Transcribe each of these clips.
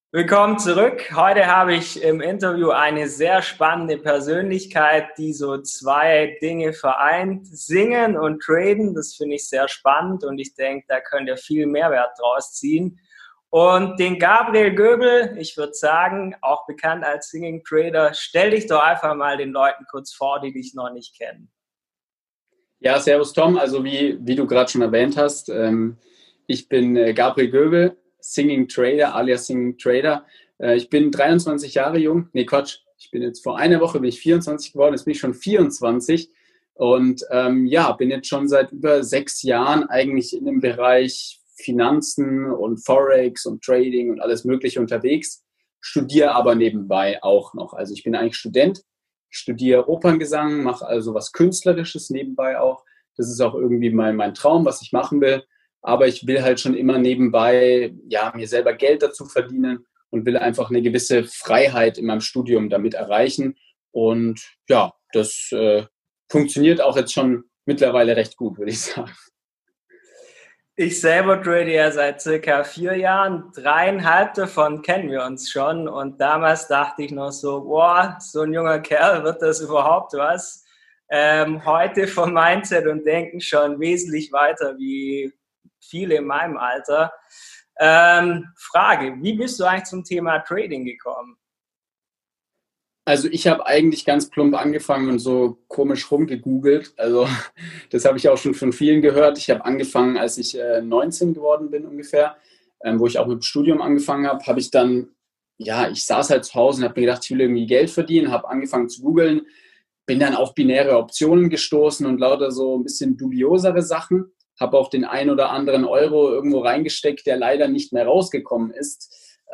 Willkommen zurück. Heute habe ich im Interview eine sehr spannende Persönlichkeit, die so zwei Dinge vereint: Singen und Traden. Das finde ich sehr spannend und ich denke, da könnt ihr viel Mehrwert draus ziehen. Und den Gabriel Göbel, ich würde sagen, auch bekannt als Singing Trader, stell dich doch einfach mal den Leuten kurz vor, die dich noch nicht kennen. Ja, servus Tom. Also wie du gerade schon erwähnt hast, ich bin Gabriel Göbel, Singing Trader alias Singing Trader. Ich bin 23 Jahre jung. Nee, Quatsch. Ich bin jetzt vor einer Woche bin ich 24 geworden, jetzt bin ich schon 24 und ja, bin jetzt schon seit über 6 Jahren eigentlich in dem Bereich Finanzen und Forex und Trading und alles Mögliche unterwegs, studiere aber nebenbei auch noch. Also ich bin eigentlich Student. Ich studiere Operngesang, mache also was Künstlerisches nebenbei auch. Das ist auch irgendwie mein Traum, was ich machen will. Aber ich will halt schon immer nebenbei ja, mir selber Geld dazu verdienen und will einfach eine gewisse Freiheit in meinem Studium damit erreichen. Und ja, das funktioniert auch jetzt schon mittlerweile recht gut, würde ich sagen. Ich selber trade ja seit circa 4 Jahren. 3,5 davon kennen wir uns schon. Und damals dachte ich noch so, boah, so ein junger Kerl, wird das überhaupt was? Heute vom Mindset und Denken schon wesentlich weiter wie viele in meinem Alter. Frage, wie bist du eigentlich zum Thema Trading gekommen? Also ich habe eigentlich ganz plump angefangen und so komisch rumgegoogelt. Also das habe ich auch schon von vielen gehört. Ich habe angefangen, als ich 19 geworden bin ungefähr, wo ich auch mit dem Studium angefangen habe, habe ich dann, ja, ich saß halt zu Hause und habe mir gedacht, ich will irgendwie Geld verdienen, habe angefangen zu googeln, bin dann auf binäre Optionen gestoßen und lauter so ein bisschen dubiosere Sachen. Habe auch den ein oder anderen Euro irgendwo reingesteckt, der leider nicht mehr rausgekommen ist.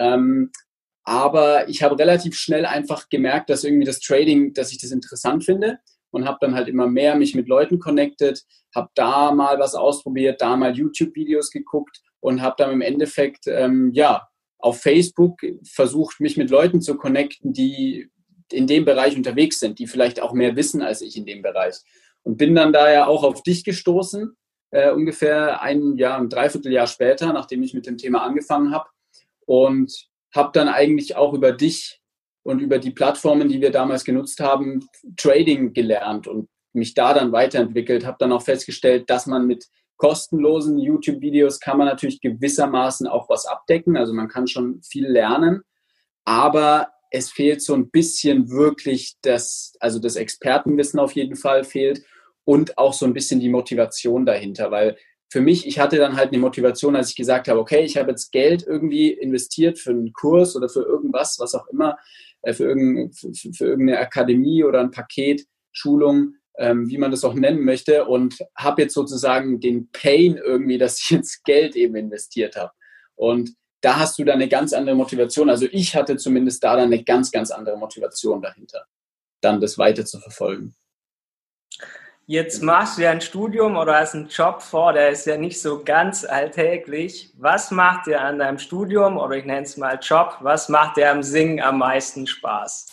Aber ich habe relativ schnell einfach gemerkt, dass irgendwie das Trading, dass ich das interessant finde und habe dann halt immer mehr mich mit Leuten connected, habe da mal was ausprobiert, da mal YouTube-Videos geguckt und habe dann im Endeffekt ja auf Facebook versucht, mich mit Leuten zu connecten, die in dem Bereich unterwegs sind, die vielleicht auch mehr wissen als ich in dem Bereich. Und bin dann da ja auch auf dich gestoßen, ungefähr ein Jahr, ein Dreivierteljahr später, nachdem ich mit dem Thema angefangen habe. Und habe dann eigentlich auch über dich und über die Plattformen, die wir damals genutzt haben, Trading gelernt und mich da dann weiterentwickelt. Habe dann auch festgestellt, dass man mit kostenlosen YouTube-Videos kann man natürlich gewissermaßen auch was abdecken. Also man kann schon viel lernen, aber es fehlt so ein bisschen wirklich also das Expertenwissen auf jeden Fall fehlt und auch so ein bisschen die Motivation dahinter, weil für mich, ich hatte dann halt eine Motivation, als ich gesagt habe, okay, ich habe jetzt Geld irgendwie investiert für einen Kurs oder für irgendwas, was auch immer, für irgendeine Akademie oder ein Paket, Schulung, wie man das auch nennen möchte, und habe jetzt sozusagen den Pain irgendwie, dass ich jetzt Geld eben investiert habe. Und da hast du dann eine ganz andere Motivation. Also ich hatte zumindest da dann eine ganz, ganz andere Motivation dahinter, dann das weiter zu verfolgen. Jetzt machst du ja ein Studium oder hast einen Job vor, der ist ja nicht so ganz alltäglich. Was macht dir an deinem Studium, oder ich nenne es mal Job, was macht dir am Singen am meisten Spaß?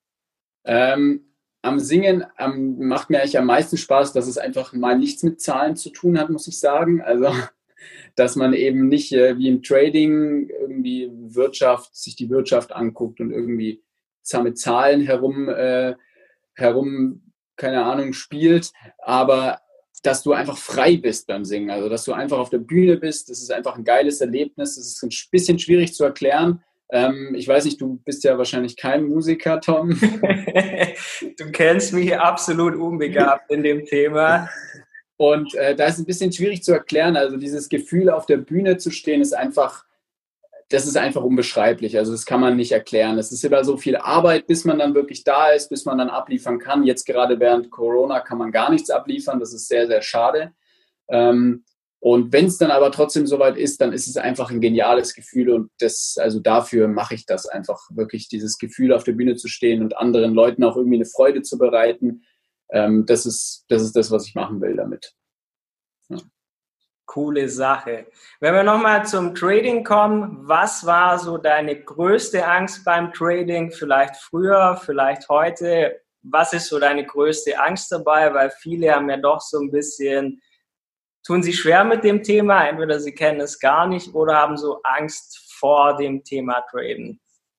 Am Singen macht mir eigentlich am meisten Spaß, dass es einfach mal nichts mit Zahlen zu tun hat, muss ich sagen. Also, dass man eben nicht wie im Trading irgendwie sich die Wirtschaft anguckt und irgendwie mit Zahlen herum, keine Ahnung, spielt, aber dass du einfach frei bist beim Singen, also dass du einfach auf der Bühne bist, das ist einfach ein geiles Erlebnis, das ist ein bisschen schwierig zu erklären. Ich weiß nicht, du bist ja wahrscheinlich kein Musiker, Tom. Du kennst mich absolut unbegabt in dem Thema. Und da ist ein bisschen schwierig zu erklären, also dieses Gefühl auf der Bühne zu stehen, das ist einfach unbeschreiblich. Also das kann man nicht erklären. Es ist immer so viel Arbeit, bis man dann wirklich da ist, bis man dann abliefern kann. Jetzt gerade während Corona kann man gar nichts abliefern. Das ist sehr, sehr schade. Und wenn es dann aber trotzdem soweit ist, dann ist es einfach ein geniales Gefühl. Und also dafür mache ich das einfach wirklich, dieses Gefühl auf der Bühne zu stehen und anderen Leuten auch irgendwie eine Freude zu bereiten. Das ist das, was ich machen will damit. Ja. Coole Sache. Wenn wir nochmal zum Trading kommen, was war so deine größte Angst beim Trading? Vielleicht früher, vielleicht heute. Was ist so deine größte Angst dabei? Weil viele haben ja doch so ein bisschen, tun sich schwer mit dem Thema. Entweder sie kennen es gar nicht oder haben so Angst vor dem Thema Traden?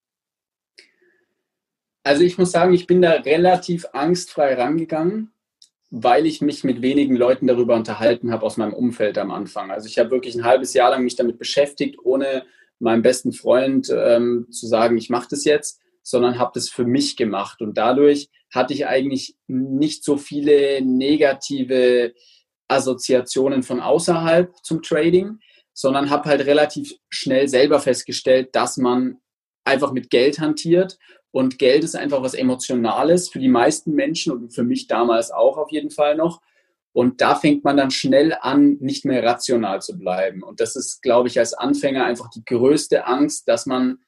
Also ich muss sagen, ich bin da relativ angstfrei rangegangen, weil ich mich mit wenigen Leuten darüber unterhalten habe aus meinem Umfeld am Anfang. Also ich habe wirklich ein halbes Jahr lang mich damit beschäftigt, ohne meinem besten Freund zu sagen, ich mache das jetzt, sondern habe das für mich gemacht. Und dadurch hatte ich eigentlich nicht so viele negative Assoziationen von außerhalb zum Trading, sondern habe halt relativ schnell selber festgestellt, dass man einfach mit Geld hantiert. Und Geld ist einfach was Emotionales für die meisten Menschen und für mich damals auch auf jeden Fall noch. Und da fängt man dann schnell an, nicht mehr rational zu bleiben. Und das ist, glaube ich, als Anfänger einfach die größte Angst, dass man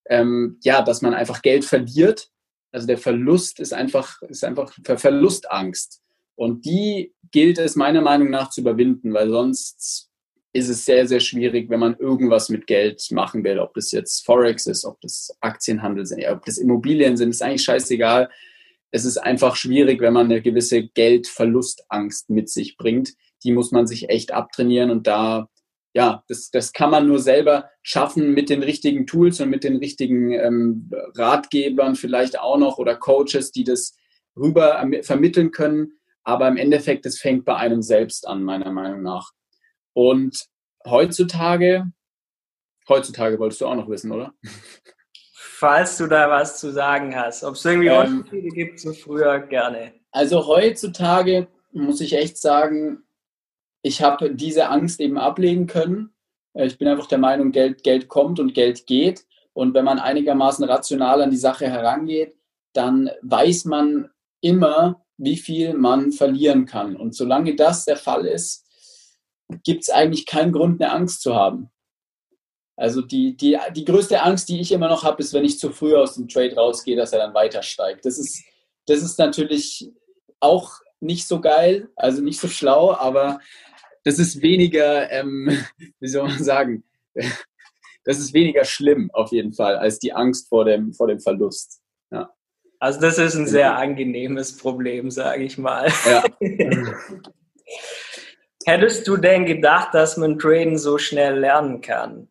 einfach Geld verliert. Also der Verlust ist einfach Verlustangst. Und die gilt es meiner Meinung nach zu überwinden, weil sonst ist es sehr, sehr schwierig, wenn man irgendwas mit Geld machen will. Ob das jetzt Forex ist, ob das Aktienhandel sind, ob das Immobilien sind, ist eigentlich scheißegal. Es ist einfach schwierig, wenn man eine gewisse Geldverlustangst mit sich bringt. Die muss man sich echt abtrainieren und das kann man nur selber schaffen mit den richtigen Tools und mit den richtigen Ratgebern vielleicht auch noch oder Coaches, die das rüber vermitteln können. Aber im Endeffekt, es fängt bei einem selbst an, meiner Meinung nach. Und heutzutage wolltest du auch noch wissen, oder? Falls du da was zu sagen hast, ob es irgendwie Unterschiede gibt zu früher, gerne. Also heutzutage muss ich echt sagen, ich habe diese Angst eben ablegen können. Ich bin einfach der Meinung, Geld kommt und Geld geht. Und wenn man einigermaßen rational an die Sache herangeht, dann weiß man immer, wie viel man verlieren kann. Und solange das der Fall ist, gibt es eigentlich keinen Grund, eine Angst zu haben. Also die größte Angst, die ich immer noch habe, ist, wenn ich zu früh aus dem Trade rausgehe, dass er dann weiter steigt. Das ist natürlich auch nicht so geil, also nicht so schlau, aber das ist weniger, wie soll man sagen, das ist weniger schlimm auf jeden Fall als die Angst vor dem Verlust. Ja. Also das ist ein sehr angenehmes Problem, sage ich mal. Ja. Hättest du denn gedacht, dass man Traden so schnell lernen kann?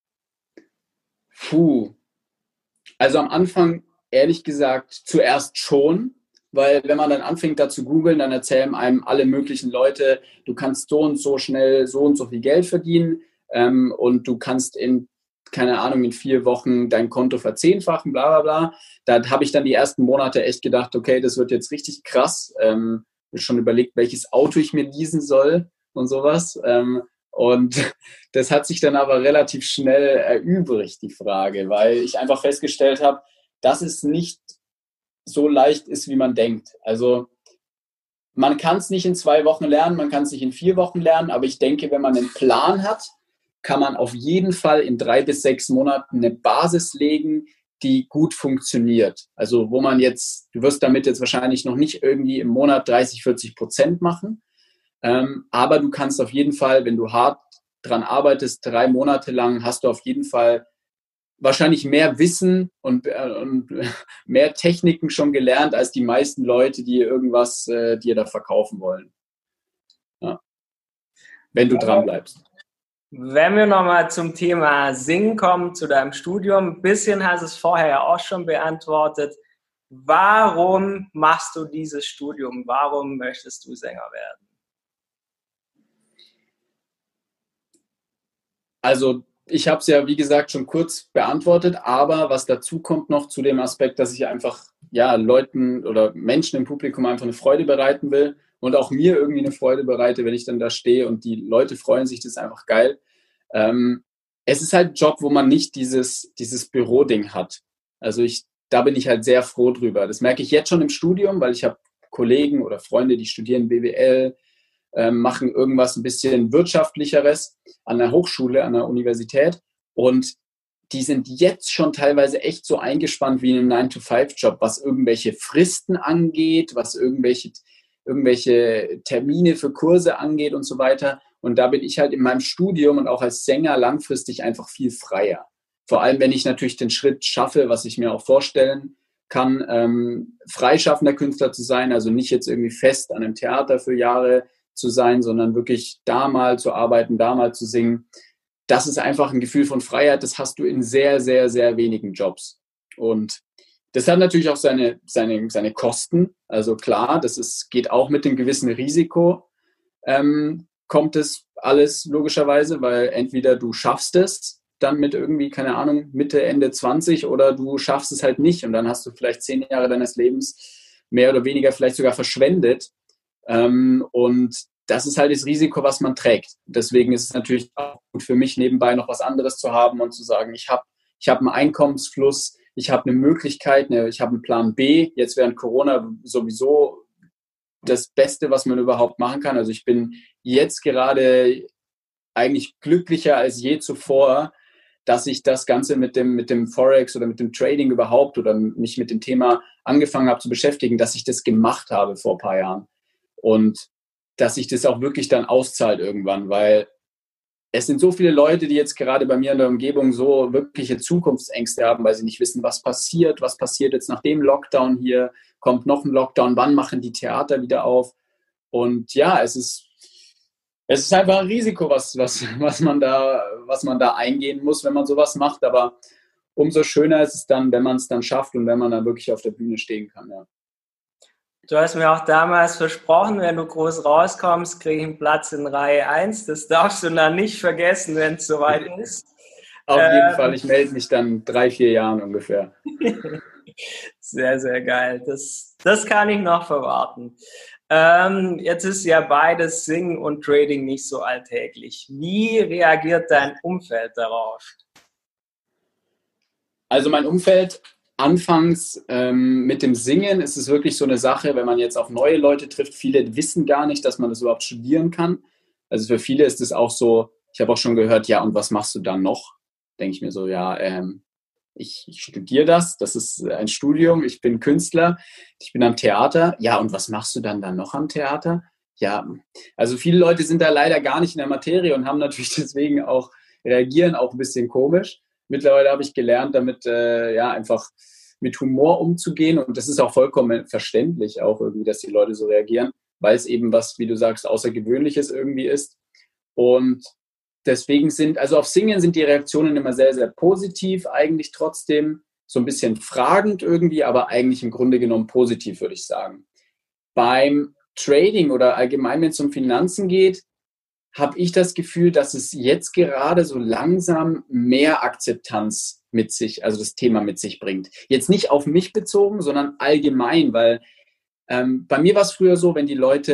Also am Anfang, ehrlich gesagt, zuerst schon, weil wenn man dann anfängt, da zu googeln, dann erzählen einem alle möglichen Leute, du kannst so und so schnell so und so viel Geld verdienen und du kannst keine Ahnung, in 4 Wochen dein Konto verzehnfachen, bla bla bla. Da habe ich dann die ersten Monate echt gedacht, okay, das wird jetzt richtig krass. Schon überlegt, welches Auto ich mir leasen soll und sowas. Und das hat sich dann aber relativ schnell erübrigt, die Frage, weil ich einfach festgestellt habe, dass es nicht so leicht ist, wie man denkt. Also man kann es nicht in 2 Wochen lernen, man kann es nicht in 4 Wochen lernen, aber ich denke, wenn man einen Plan hat, kann man auf jeden Fall in 3 bis 6 Monaten eine Basis legen, die gut funktioniert. Also wo man jetzt, du wirst damit jetzt wahrscheinlich noch nicht irgendwie im Monat 30-40% machen, aber du kannst auf jeden Fall, wenn du hart dran arbeitest, 3 Monate lang, hast du auf jeden Fall wahrscheinlich mehr Wissen und mehr Techniken schon gelernt, als die meisten Leute, die irgendwas dir da verkaufen wollen. Ja. Wenn du dran bleibst. Wenn wir nochmal zum Thema Singen kommen, zu deinem Studium, ein bisschen hast du es vorher ja auch schon beantwortet. Warum machst du dieses Studium? Warum möchtest du Sänger werden? Also ich habe es ja, wie gesagt, schon kurz beantwortet, aber was dazu kommt noch zu dem Aspekt, dass ich einfach Leuten oder Menschen im Publikum einfach eine Freude bereiten will und auch mir irgendwie eine Freude bereite, wenn ich dann da stehe und die Leute freuen sich, das ist einfach geil. Es ist halt ein Job, wo man nicht dieses Büroding hat. Also da bin ich halt sehr froh drüber. Das merke ich jetzt schon im Studium, weil ich habe Kollegen oder Freunde, die studieren BWL, machen irgendwas ein bisschen wirtschaftlicheres an der Hochschule, an der Universität und die sind jetzt schon teilweise echt so eingespannt wie in einem 9-to-5-Job, was irgendwelche Fristen angeht, was irgendwelche Termine für Kurse angeht und so weiter. Und da bin ich halt in meinem Studium und auch als Sänger langfristig einfach viel freier. Vor allem, wenn ich natürlich den Schritt schaffe, was ich mir auch vorstellen kann, freischaffender Künstler zu sein, also nicht jetzt irgendwie fest an einem Theater für Jahre zu sein, sondern wirklich da mal zu arbeiten, da mal zu singen, das ist einfach ein Gefühl von Freiheit, das hast du in sehr, sehr, sehr wenigen Jobs. Und das hat natürlich auch seine Kosten. Also klar, geht auch mit einem gewissen Risiko, kommt es alles logischerweise, weil entweder du schaffst es dann mit irgendwie, keine Ahnung, Mitte, Ende 20 oder du schaffst es halt nicht und dann hast du vielleicht 10 Jahre deines Lebens mehr oder weniger vielleicht sogar verschwendet. Und das ist halt das Risiko, was man trägt. Deswegen ist es natürlich auch gut für mich, nebenbei noch was anderes zu haben und zu sagen, ich hab einen Einkommensfluss, ich habe eine Möglichkeit, ich habe einen Plan B. Jetzt während Corona sowieso das Beste, was man überhaupt machen kann. Also ich bin jetzt gerade eigentlich glücklicher als je zuvor, dass ich das Ganze mit dem Forex oder mit dem Trading überhaupt oder mich mit dem Thema angefangen habe zu beschäftigen, dass ich das gemacht habe vor ein paar Jahren. Und dass sich das auch wirklich dann auszahlt irgendwann, weil es sind so viele Leute, die jetzt gerade bei mir in der Umgebung so wirkliche Zukunftsängste haben, weil sie nicht wissen, was passiert jetzt nach dem Lockdown hier, kommt noch ein Lockdown, wann machen die Theater wieder auf? Und ja, es ist einfach ein Risiko, was man da eingehen muss, wenn man sowas macht, aber umso schöner ist es dann, wenn man es dann schafft und wenn man dann wirklich auf der Bühne stehen kann, ja. Du hast mir auch damals versprochen, wenn du groß rauskommst, kriege ich einen Platz in Reihe 1. Das darfst du dann nicht vergessen, wenn es soweit ist. Auf jeden Fall, ich melde mich dann 3-4 Jahren ungefähr. Sehr, sehr geil. Das kann ich noch verwarten. Jetzt ist ja beides Singen und Trading nicht so alltäglich. Wie reagiert dein Umfeld darauf? Also mein Umfeld anfangs mit dem Singen ist es wirklich so eine Sache, wenn man jetzt auf neue Leute trifft, viele wissen gar nicht, dass man das überhaupt studieren kann. Also für viele ist es auch so, ich habe auch schon gehört, ja, und was machst du dann noch? Denke ich mir so, ja, ich studiere das ist ein Studium, ich bin Künstler, ich bin am Theater. Ja, und was machst du dann noch am Theater? Ja, also viele Leute sind da leider gar nicht in der Materie und haben natürlich deswegen auch, reagieren auch ein bisschen komisch. Mittlerweile habe ich gelernt, damit einfach mit Humor umzugehen und das ist auch vollkommen verständlich auch irgendwie, dass die Leute so reagieren, weil es eben was, wie du sagst, Außergewöhnliches irgendwie ist. Und deswegen also auf Singen sind die Reaktionen immer sehr, sehr positiv, eigentlich trotzdem so ein bisschen fragend irgendwie, aber eigentlich im Grunde genommen positiv, würde ich sagen. Beim Trading oder allgemein, wenn es um Finanzen geht, habe ich das Gefühl, dass es jetzt gerade so langsam mehr Akzeptanz also das Thema mit sich bringt. Jetzt nicht auf mich bezogen, sondern allgemein, weil bei mir war es früher so, wenn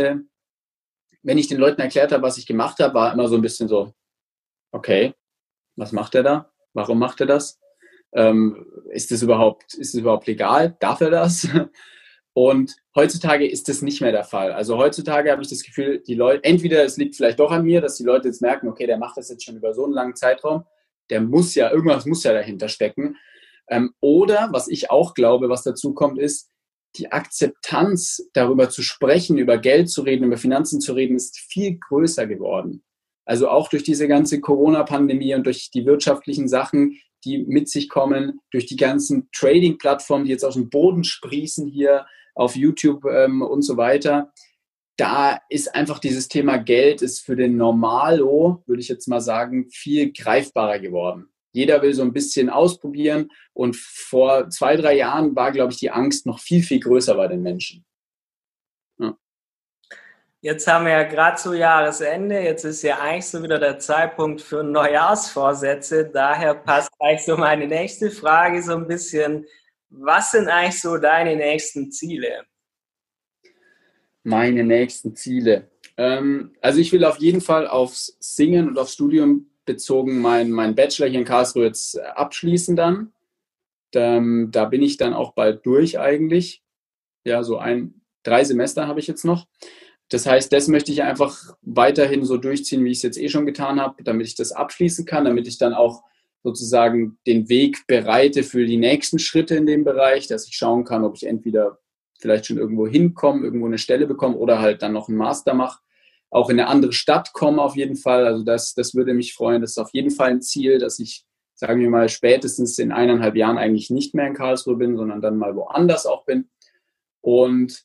ich den Leuten erklärt habe, was ich gemacht habe, war immer so ein bisschen so, okay, was macht er da? Warum macht er das? Ist es überhaupt legal? Darf er das? Und heutzutage ist das nicht mehr der Fall. Also heutzutage habe ich das Gefühl, die Leute, entweder es liegt vielleicht doch an mir, dass die Leute jetzt merken, okay, der macht das jetzt schon über so einen langen Zeitraum, irgendwas muss ja dahinter stecken. Oder, was ich auch glaube, was dazu kommt, ist, die Akzeptanz darüber zu sprechen, über Geld zu reden, über Finanzen zu reden, ist viel größer geworden. Also auch durch diese ganze Corona-Pandemie und durch die wirtschaftlichen Sachen, die mit sich kommen, durch die ganzen Trading-Plattformen, die jetzt aus dem Boden sprießen hier auf YouTube und so weiter. Da ist einfach dieses Thema Geld ist für den Normalo, würde ich jetzt mal sagen, viel greifbarer geworden. Jeder will so ein bisschen ausprobieren und vor 2-3 Jahren war, glaube ich, die Angst noch viel, viel größer bei den Menschen. Ja. Jetzt haben wir ja gerade zu Jahresende, jetzt ist ja eigentlich so wieder der Zeitpunkt für Neujahrsvorsätze. Daher passt gleich so meine nächste Frage so ein bisschen. Was sind eigentlich so deine nächsten Ziele? Meine nächsten Ziele. Also ich will auf jeden Fall aufs Singen und aufs Studium bezogen meinen Bachelor hier in Karlsruhe jetzt abschließen dann. Da bin ich dann auch bald durch eigentlich. Ja, so 3 Semester habe ich jetzt noch. Das heißt, das möchte ich einfach weiterhin so durchziehen, wie ich es jetzt eh schon getan habe, damit ich das abschließen kann, damit ich dann auch sozusagen den Weg bereite für die nächsten Schritte in dem Bereich, dass ich schauen kann, ob ich entweder vielleicht schon irgendwo hinkomme, irgendwo eine Stelle bekomme oder halt dann noch einen Master mache, auch in eine andere Stadt komme auf jeden Fall. Also das würde mich freuen. Das ist auf jeden Fall ein Ziel, dass ich, sagen wir mal, spätestens in 1,5 Jahren eigentlich nicht mehr in Karlsruhe bin, sondern dann mal woanders auch bin. Und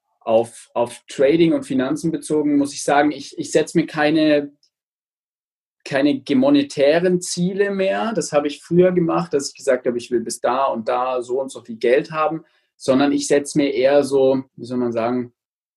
auf Trading und Finanzen bezogen muss ich sagen, ich setze mir keine keine monetären Ziele mehr. Das habe ich früher gemacht, dass ich gesagt habe, ich will bis da und da so und so viel Geld haben, sondern ich setze mir eher so, wie soll man sagen,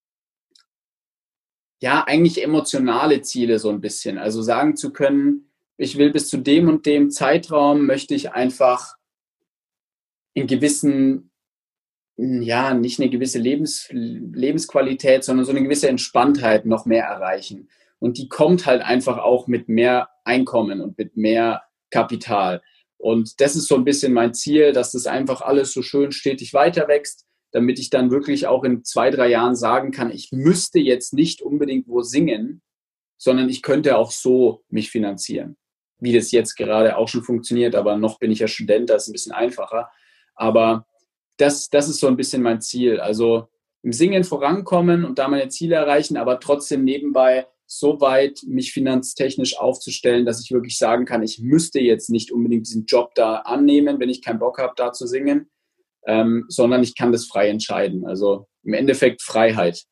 ja, eigentlich emotionale Ziele so ein bisschen. Also sagen zu können, ich will bis zu dem und dem Zeitraum, möchte ich einfach in gewissen, ja, nicht eine gewisse Lebensqualität, sondern so eine gewisse Entspanntheit noch mehr erreichen. Und die kommt halt einfach auch mit mehr Einkommen und mit mehr Kapital. Und das ist so ein bisschen mein Ziel, dass das einfach alles so schön stetig weiter wächst, damit ich dann wirklich auch in 2, 3 Jahren sagen kann, ich müsste jetzt nicht unbedingt wo singen, sondern ich könnte auch so mich finanzieren. Wie das jetzt gerade auch schon funktioniert, aber noch bin ich ja Student, das ist ein bisschen einfacher. Aber das ist so ein bisschen mein Ziel. Also im Singen vorankommen und da meine Ziele erreichen, aber trotzdem nebenbei so weit mich finanztechnisch aufzustellen, dass ich wirklich sagen kann, ich müsste jetzt nicht unbedingt diesen Job da annehmen, wenn ich keinen Bock habe, da zu singen, sondern ich kann das frei entscheiden. Also im Endeffekt Freiheit.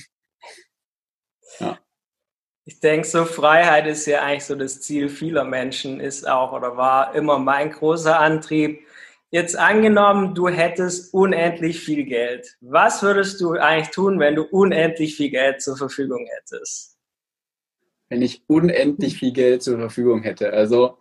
Ja. Ich denke, so Freiheit ist ja eigentlich so das Ziel vieler Menschen, ist auch oder war immer mein großer Antrieb. Jetzt angenommen, du hättest unendlich viel Geld. Was würdest du eigentlich tun, wenn du unendlich viel Geld zur Verfügung hättest? Wenn ich unendlich viel Geld zur Verfügung hätte. Also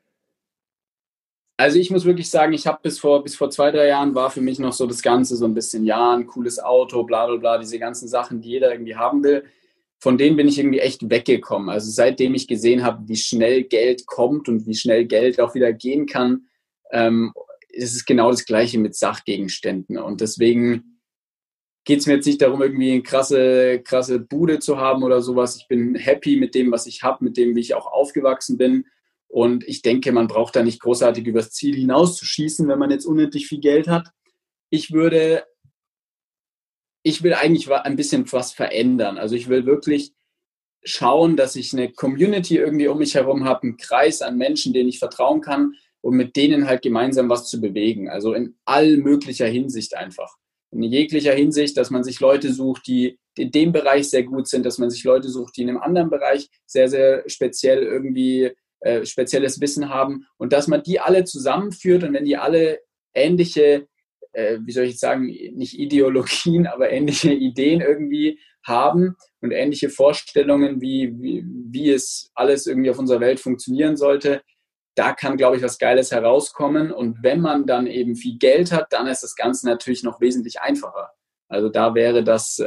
ich muss wirklich sagen, ich habe bis vor 2, 3 Jahren war für mich noch so das Ganze so ein bisschen, ja, ein cooles Auto, bla bla bla, diese ganzen Sachen, die jeder irgendwie haben will. Von denen bin ich irgendwie echt weggekommen. Also seitdem ich gesehen habe, wie schnell Geld kommt und wie schnell Geld auch wieder gehen kann, ist es genau das Gleiche mit Sachgegenständen. Und deswegen geht es mir jetzt nicht darum, irgendwie eine krasse Bude zu haben oder sowas. Ich bin happy mit dem, was ich habe, mit dem, wie ich auch aufgewachsen bin. Und ich denke, man braucht da nicht großartig übers Ziel hinauszuschießen, wenn man jetzt unendlich viel Geld hat. Ich will eigentlich ein bisschen was verändern. Also ich will wirklich schauen, dass ich eine Community irgendwie um mich herum habe, einen Kreis an Menschen, denen ich vertrauen kann und mit denen halt gemeinsam was zu bewegen. Also in all möglicher Hinsicht einfach. In jeglicher Hinsicht, dass man sich Leute sucht, die in dem Bereich sehr gut sind, dass man sich Leute sucht, die in einem anderen Bereich sehr, sehr speziell irgendwie spezielles Wissen haben und dass man die alle zusammenführt und wenn die alle ähnliche, wie soll ich sagen, nicht Ideologien, aber ähnliche Ideen irgendwie haben und ähnliche Vorstellungen, wie es alles irgendwie auf unserer Welt funktionieren sollte, da kann, glaube ich, was Geiles herauskommen. Und wenn man dann eben viel Geld hat, dann ist das Ganze natürlich noch wesentlich einfacher. Also da wäre das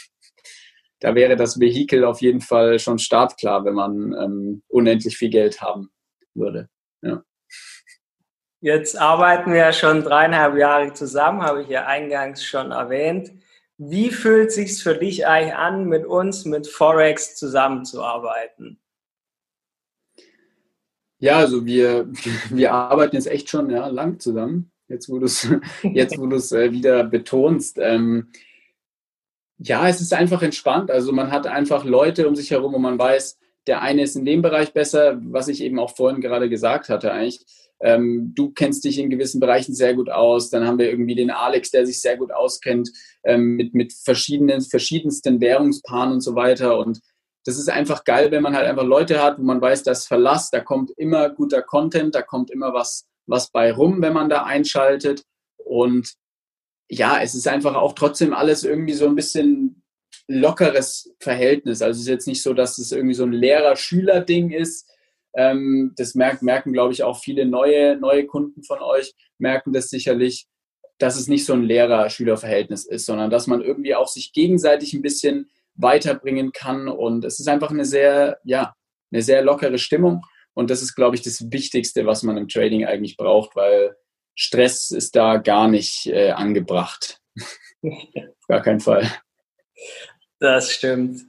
Vehikel auf jeden Fall schon startklar, wenn man unendlich viel Geld haben würde. Ja. Jetzt arbeiten wir ja schon 3,5 Jahre zusammen, habe ich ja eingangs schon erwähnt. Wie fühlt es sich für dich eigentlich an, mit uns, mit Forex zusammenzuarbeiten? Ja, also wir arbeiten jetzt echt schon lang zusammen. Jetzt, wo du es wieder betonst. Ja, es ist einfach entspannt. Also man hat einfach Leute um sich herum, wo man weiß, der eine ist in dem Bereich besser, was ich eben auch vorhin gerade gesagt hatte eigentlich. Du kennst dich in gewissen Bereichen sehr gut aus. Dann haben wir irgendwie den Alex, der sich sehr gut auskennt mit verschiedensten Währungspaaren und so weiter. Und das ist einfach geil, wenn man halt einfach Leute hat, wo man weiß, das Verlass, da kommt immer guter Content, da kommt immer was bei rum, wenn man da einschaltet. Und ja, es ist einfach auch trotzdem alles irgendwie so ein bisschen lockeres Verhältnis. Also es ist jetzt nicht so, dass es irgendwie so ein Lehrer-Schüler-Ding ist. Das merken, glaube ich, auch viele neue Kunden von euch, merken das sicherlich, dass es nicht so ein Lehrer-Schüler-Verhältnis ist, sondern dass man irgendwie auch sich gegenseitig ein bisschen weiterbringen kann. Und es ist einfach eine sehr lockere Stimmung. Und das ist, glaube ich, das Wichtigste, was man im Trading eigentlich braucht, weil Stress ist da gar nicht angebracht. Auf gar keinen Fall. Das stimmt.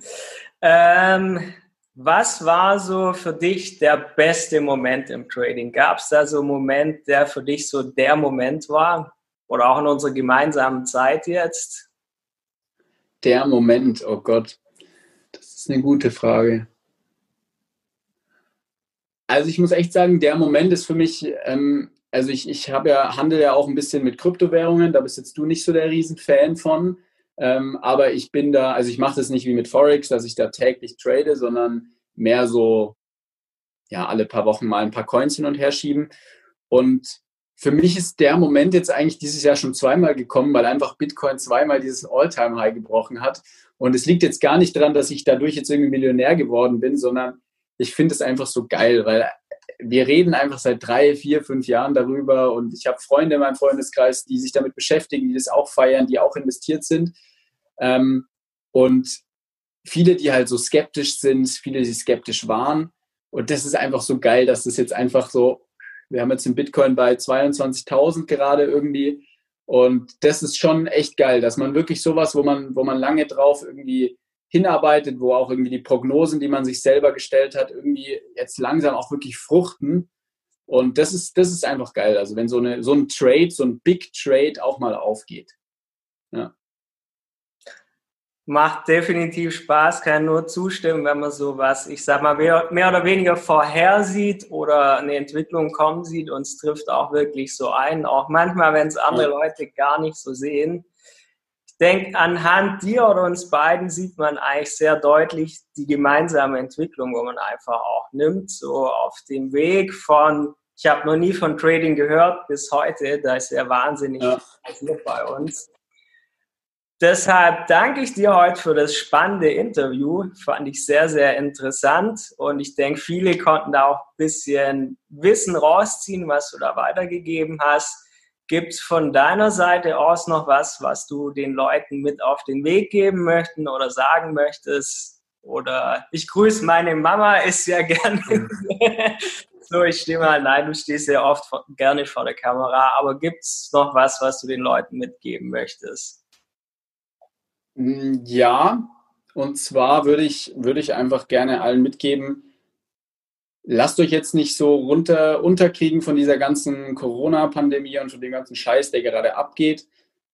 Was war so für dich der beste Moment im Trading? Gab es da so einen Moment, der für dich so der Moment war? Oder auch in unserer gemeinsamen Zeit jetzt? Der Moment, oh Gott, das ist eine gute Frage. Also ich muss echt sagen, der Moment ist für mich, also ich handle ja auch ein bisschen mit Kryptowährungen, da bist jetzt du nicht so der Riesenfan von, aber ich bin da, also ich mache das nicht wie mit Forex, dass ich da täglich trade, sondern mehr so, ja, alle paar Wochen mal ein paar Coins hin und her schieben. Und für mich ist der Moment jetzt eigentlich dieses Jahr schon zweimal gekommen, weil einfach Bitcoin zweimal dieses All-Time-High gebrochen hat. Und es liegt jetzt gar nicht daran, dass ich dadurch jetzt irgendwie Millionär geworden bin, sondern ich finde es einfach so geil, weil wir reden einfach seit 3, 4, 5 Jahren darüber und ich habe Freunde in meinem Freundeskreis, die sich damit beschäftigen, die das auch feiern, die auch investiert sind. Und viele, die halt so skeptisch sind, viele, die skeptisch waren. Und das ist einfach so geil, dass das jetzt einfach so, wir haben jetzt den Bitcoin bei 22.000 gerade irgendwie. Und das ist schon echt geil, dass man wirklich sowas, wo man lange drauf irgendwie hinarbeitet, wo auch irgendwie die Prognosen, die man sich selber gestellt hat, irgendwie jetzt langsam auch wirklich fruchten. Und das ist einfach geil. Also wenn so ein Trade, so ein Big Trade auch mal aufgeht. Ja. Macht definitiv Spaß, kann nur zustimmen, wenn man sowas, ich sag mal, mehr oder weniger vorhersieht oder eine Entwicklung kommen sieht und es trifft auch wirklich so ein. Auch manchmal, wenn es andere Leute gar nicht so sehen. Ich denke, anhand dir oder uns beiden sieht man eigentlich sehr deutlich die gemeinsame Entwicklung, wo man einfach auch nimmt, so auf dem Weg von, ich habe noch nie von Trading gehört, bis heute, da ist ja wahnsinnig viel passiert bei uns. Deshalb danke ich dir heute für das spannende Interview. Fand ich sehr, sehr interessant. Und ich denke, viele konnten da auch ein bisschen Wissen rausziehen, was du da weitergegeben hast. Gibt es von deiner Seite aus noch was du den Leuten mit auf den Weg geben möchten oder sagen möchtest? Oder ich grüße meine Mama, ist ja gerne. So, ich stehe mal, nein, du stehst ja oft gerne vor der Kamera. Aber gibt es noch was du den Leuten mitgeben möchtest? Ja, und zwar würde ich einfach gerne allen mitgeben, lasst euch jetzt nicht so unterkriegen von dieser ganzen Corona-Pandemie und von dem ganzen Scheiß, der gerade abgeht.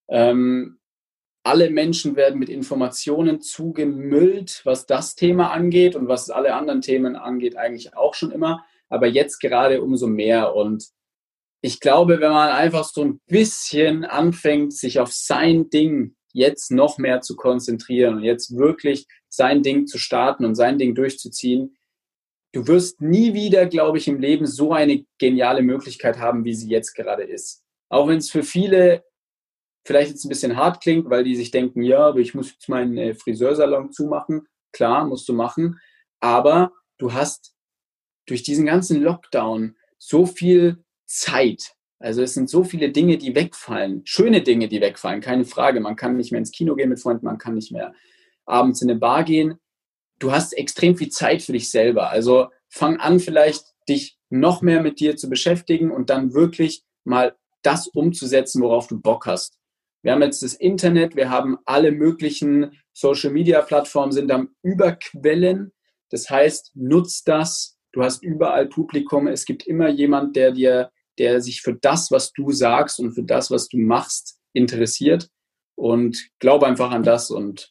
Alle Menschen werden mit Informationen zugemüllt, was das Thema angeht und was alle anderen Themen angeht, eigentlich auch schon immer, aber jetzt gerade umso mehr. Und ich glaube, wenn man einfach so ein bisschen anfängt, sich auf sein Ding jetzt noch mehr zu konzentrieren und jetzt wirklich sein Ding zu starten und sein Ding durchzuziehen, du wirst nie wieder, glaube ich, im Leben so eine geniale Möglichkeit haben, wie sie jetzt gerade ist. Auch wenn es für viele vielleicht jetzt ein bisschen hart klingt, weil die sich denken, ja, aber ich muss jetzt meinen Friseursalon zumachen. Klar, musst du machen. Aber du hast durch diesen ganzen Lockdown so viel Zeit. Also es sind so viele Dinge, die wegfallen. Schöne Dinge, die wegfallen, keine Frage. Man kann nicht mehr ins Kino gehen mit Freunden, man kann nicht mehr abends in eine Bar gehen. Du hast extrem viel Zeit für dich selber. Also fang an, vielleicht dich noch mehr mit dir zu beschäftigen und dann wirklich mal das umzusetzen, worauf du Bock hast. Wir haben jetzt das Internet, wir haben alle möglichen Social-Media-Plattformen, sind am Überquellen. Das heißt, nutz das. Du hast überall Publikum. Es gibt immer jemand, der sich für das, was du sagst und für das, was du machst, interessiert. Und glaube einfach an das. Und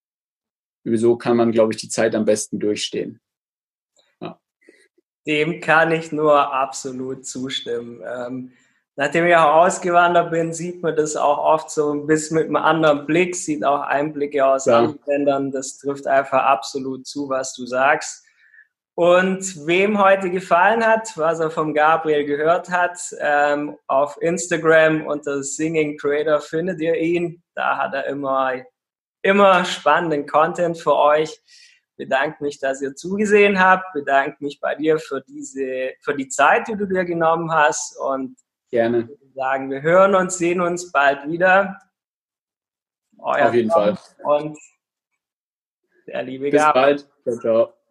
so kann man, glaube ich, die Zeit am besten durchstehen. Ja. Dem kann ich nur absolut zustimmen. Nachdem ich auch ausgewandert bin, sieht man das auch oft so ein bisschen mit einem anderen Blick, sieht auch Einblicke aus anderen Ländern. Das trifft einfach absolut zu, was du sagst. Und wem heute gefallen hat, was er vom Gabriel gehört hat, auf Instagram unter Singing Trader findet ihr ihn. Da hat er immer spannenden Content für euch. Bedanke mich, dass ihr zugesehen habt. Bedanke mich bei dir für die Zeit, die du dir genommen hast. Und gerne. Ich würde sagen, wir hören uns, sehen uns bald wieder. Auf jeden Fall. Und der liebe Bis Gabriel. bald. Ciao, ciao.